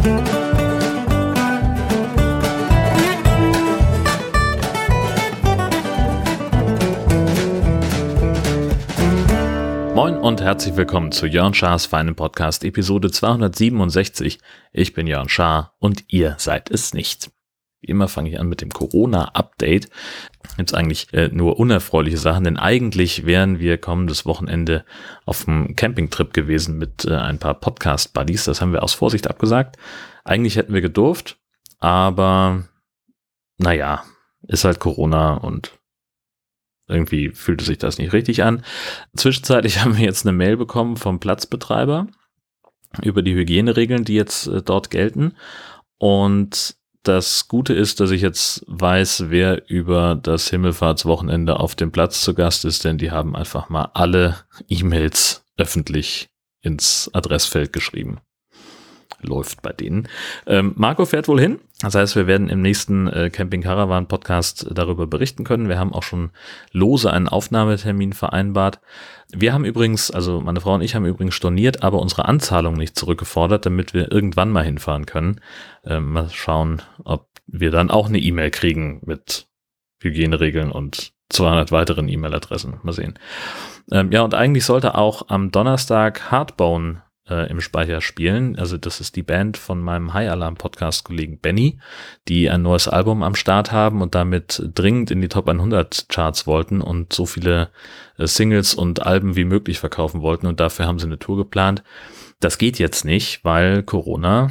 Moin und herzlich willkommen zu Jörn Schars feinem Podcast Episode 267. Ich bin Jörn Schaar und ihr seid es nicht. Wie immer fange ich an mit dem Corona-Update. Jetzt eigentlich nur unerfreuliche Sachen, denn eigentlich wären wir kommendes Wochenende auf einem Campingtrip gewesen mit ein paar Podcast-Buddies. Das haben wir aus Vorsicht abgesagt. Eigentlich hätten wir gedurft, aber naja, ist halt Corona und irgendwie fühlte sich das nicht richtig an. Zwischenzeitlich haben wir jetzt eine Mail bekommen vom Platzbetreiber über die Hygieneregeln, die jetzt dort gelten. Und das Gute ist, dass ich jetzt weiß, wer über das Himmelfahrtswochenende auf dem Platz zu Gast ist, denn die haben einfach mal alle E-Mails öffentlich ins Adressfeld geschrieben. Läuft bei denen. Marco fährt wohl hin. Das heißt, wir werden im nächsten Camping Caravan Podcast darüber berichten können. Wir haben auch schon lose einen Aufnahmetermin vereinbart. Wir haben übrigens, also meine Frau und ich haben übrigens storniert, aber unsere Anzahlung nicht zurückgefordert, damit wir irgendwann mal hinfahren können. Mal schauen, ob wir dann auch eine E-Mail kriegen mit Hygieneregeln und 200 weiteren E-Mail-Adressen. Mal sehen. Ja, und eigentlich sollte auch am Donnerstag Hardbone im Speicher spielen. Also das ist die Band von meinem High Alarm Podcast Kollegen Benny, die ein neues Album am Start haben und damit dringend in die Top 100 Charts wollten und so viele Singles und Alben wie möglich verkaufen wollten und dafür haben sie eine Tour geplant. Das geht jetzt nicht, weil Corona,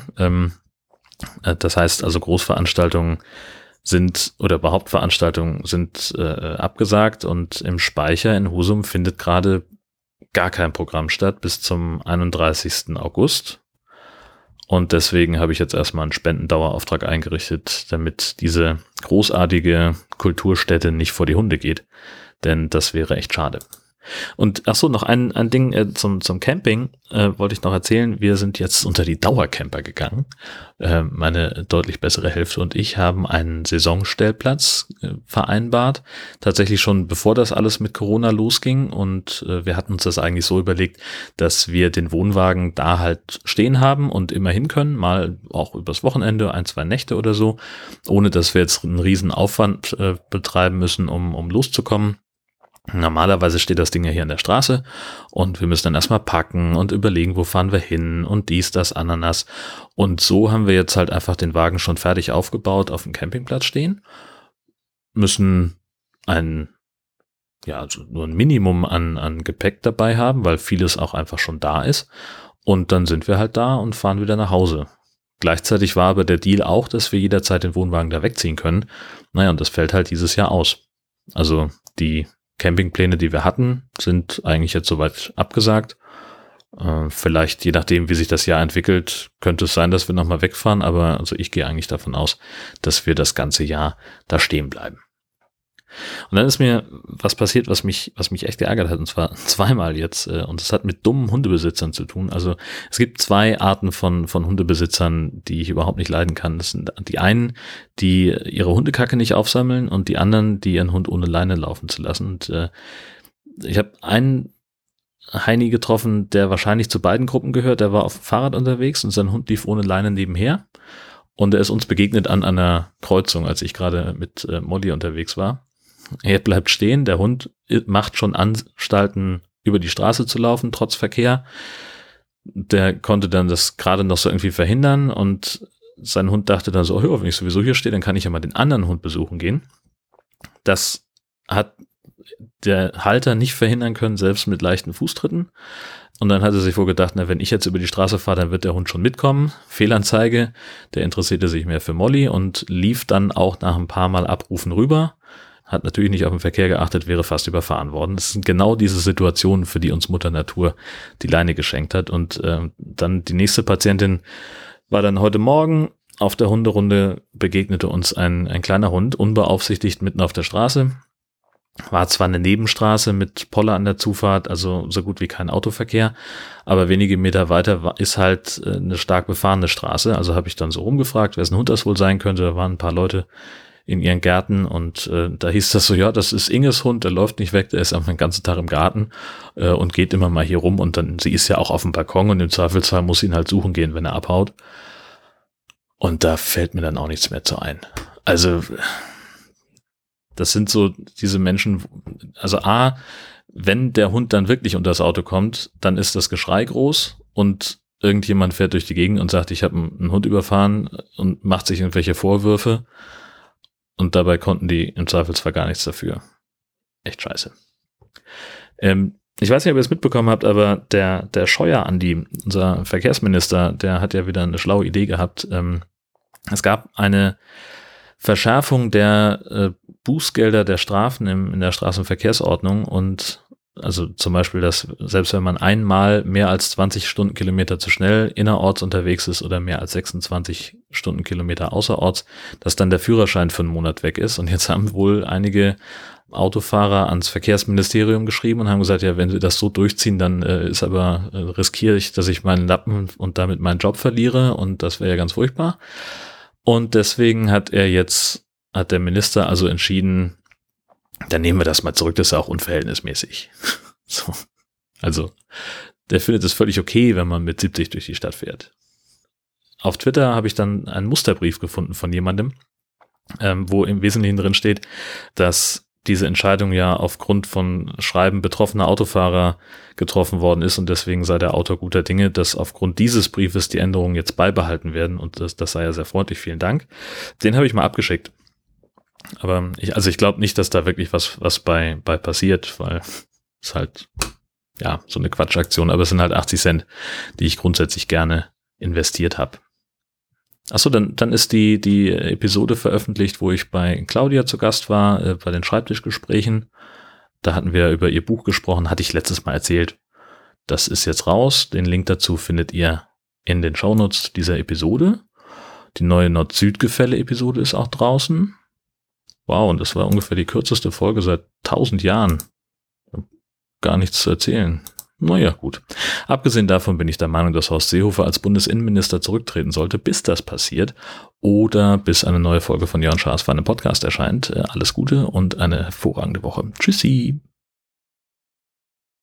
das heißt also Großveranstaltungen sind oder überhaupt Veranstaltungen sind abgesagt und im Speicher in Husum findet gerade gar kein Programm statt bis zum 31. August. Und deswegen habe ich jetzt erstmal einen Spendendauerauftrag eingerichtet, damit diese großartige Kulturstätte nicht vor die Hunde geht. Denn das wäre echt schade. Und ach so, noch ein Ding zum Camping wollte ich noch erzählen. Wir sind jetzt unter die Dauercamper gegangen. Meine deutlich bessere Hälfte und ich haben einen Saisonstellplatz vereinbart. Tatsächlich schon bevor das alles mit Corona losging. Und wir hatten uns das eigentlich so überlegt, dass wir den Wohnwagen da halt stehen haben und immer hin können. Mal auch übers Wochenende, 1-2 Nächte oder so. Ohne dass wir jetzt einen riesen Aufwand betreiben müssen, um loszukommen. Normalerweise steht das Ding ja hier an der Straße und wir müssen dann erstmal packen und überlegen, wo fahren wir hin und dies, das, Ananas. Und so haben wir jetzt halt einfach den Wagen schon fertig aufgebaut auf dem Campingplatz stehen, müssen nur ein Minimum an Gepäck dabei haben, weil vieles auch einfach schon da ist. Und dann sind wir halt da und fahren wieder nach Hause. Gleichzeitig war aber der Deal auch, dass wir jederzeit den Wohnwagen da wegziehen können. Naja, und das fällt halt dieses Jahr aus. Also die Campingpläne, die wir hatten, sind eigentlich jetzt soweit abgesagt. Vielleicht, je nachdem, wie sich das Jahr entwickelt, könnte es sein, dass wir nochmal wegfahren, aber also ich gehe eigentlich davon aus, dass wir das ganze Jahr da stehen bleiben. Und dann ist mir was passiert, was mich echt geärgert hat, und zwar zweimal jetzt. Und das hat mit dummen Hundebesitzern zu tun. Also es gibt zwei Arten von Hundebesitzern, die ich überhaupt nicht leiden kann. Das sind die einen, die ihre Hundekacke nicht aufsammeln und die anderen, die ihren Hund ohne Leine laufen zu lassen. Und ich habe einen Heini getroffen, der wahrscheinlich zu beiden Gruppen gehört. Der war auf dem Fahrrad unterwegs und sein Hund lief ohne Leine nebenher. Und er ist uns begegnet an einer Kreuzung, als ich gerade mit Molly unterwegs war. Er bleibt stehen, der Hund macht schon Anstalten, über die Straße zu laufen, trotz Verkehr. Der konnte dann das gerade noch so irgendwie verhindern und sein Hund dachte dann so, oh, wenn ich sowieso hier stehe, dann kann ich ja mal den anderen Hund besuchen gehen. Das hat der Halter nicht verhindern können, selbst mit leichten Fußtritten. Und dann hat er sich wohl gedacht, na, wenn ich jetzt über die Straße fahre, dann wird der Hund schon mitkommen. Fehlanzeige, der interessierte sich mehr für Molly und lief dann auch nach ein paar Mal Abrufen rüber. Hat natürlich nicht auf den Verkehr geachtet, wäre fast überfahren worden. Das sind genau diese Situationen, für die uns Mutter Natur die Leine geschenkt hat. Und dann die nächste Patientin war dann heute Morgen auf der Hunderunde, begegnete uns ein kleiner Hund, unbeaufsichtigt mitten auf der Straße. War zwar eine Nebenstraße mit Poller an der Zufahrt, also so gut wie kein Autoverkehr, aber wenige Meter weiter ist halt eine stark befahrene Straße. Also habe ich dann so rumgefragt, wessen Hund das wohl sein könnte. Da waren ein paar Leute in ihren Gärten und da hieß das so, ja, das ist Inges Hund, der läuft nicht weg, der ist einfach den ganzen Tag im Garten und geht immer mal hier rum und dann, sie ist ja auch auf dem Balkon und im Zweifelsfall muss sie ihn halt suchen gehen, wenn er abhaut. Und da fällt mir dann auch nichts mehr zu ein. Also das sind so diese Menschen, also A, wenn der Hund dann wirklich unter das Auto kommt, dann ist das Geschrei groß und irgendjemand fährt durch die Gegend und sagt, ich habe einen Hund überfahren und macht sich irgendwelche Vorwürfe und dabei konnten die im Zweifelsfall gar nichts dafür. Echt scheiße. Ich weiß nicht, ob ihr es mitbekommen habt, aber der Scheuer Andi, unser Verkehrsminister, der hat ja wieder eine schlaue Idee gehabt. Es gab eine Verschärfung der Bußgelder der Strafen in der Straßenverkehrsordnung und also zum Beispiel, dass selbst wenn man einmal mehr als 20 Stundenkilometer zu schnell innerorts unterwegs ist oder mehr als 26 Stundenkilometer außerorts, dass dann der Führerschein für einen Monat weg ist. Und jetzt haben wohl einige Autofahrer ans Verkehrsministerium geschrieben und haben gesagt, ja, wenn sie das so durchziehen, dann riskiere ich, dass ich meinen Lappen und damit meinen Job verliere und das wäre ja ganz furchtbar. Und deswegen hat der Minister also entschieden, dann nehmen wir das mal zurück, das ist ja auch unverhältnismäßig. So. Also, der findet es völlig okay, wenn man mit 70 durch die Stadt fährt. Auf Twitter habe ich dann einen Musterbrief gefunden von jemandem, wo im Wesentlichen drin steht, dass diese Entscheidung ja aufgrund von Schreiben betroffener Autofahrer getroffen worden ist und deswegen sei der Autor guter Dinge, dass aufgrund dieses Briefes die Änderungen jetzt beibehalten werden und das sei ja sehr freundlich, vielen Dank. Den habe ich mal abgeschickt. Aber ich glaube nicht, dass da wirklich was bei passiert, weil es halt, ja, so eine Quatschaktion, aber es sind halt 80 Cent, die ich grundsätzlich gerne investiert habe. Achso, dann ist die Episode veröffentlicht, wo ich bei Claudia zu Gast war, bei den Schreibtischgesprächen. Da hatten wir über ihr Buch gesprochen, hatte ich letztes Mal erzählt. Das ist jetzt raus. Den Link dazu findet ihr in den Shownotes dieser Episode. Die neue Nord-Süd-Gefälle-Episode ist auch draußen. Wow, und das war ungefähr die kürzeste Folge seit 1000 Jahren. Gar nichts zu erzählen. Naja, gut. Abgesehen davon bin ich der Meinung, dass Horst Seehofer als Bundesinnenminister zurücktreten sollte, bis das passiert oder bis eine neue Folge von Jörn Schaas für einen Podcast erscheint. Alles Gute und eine hervorragende Woche. Tschüssi.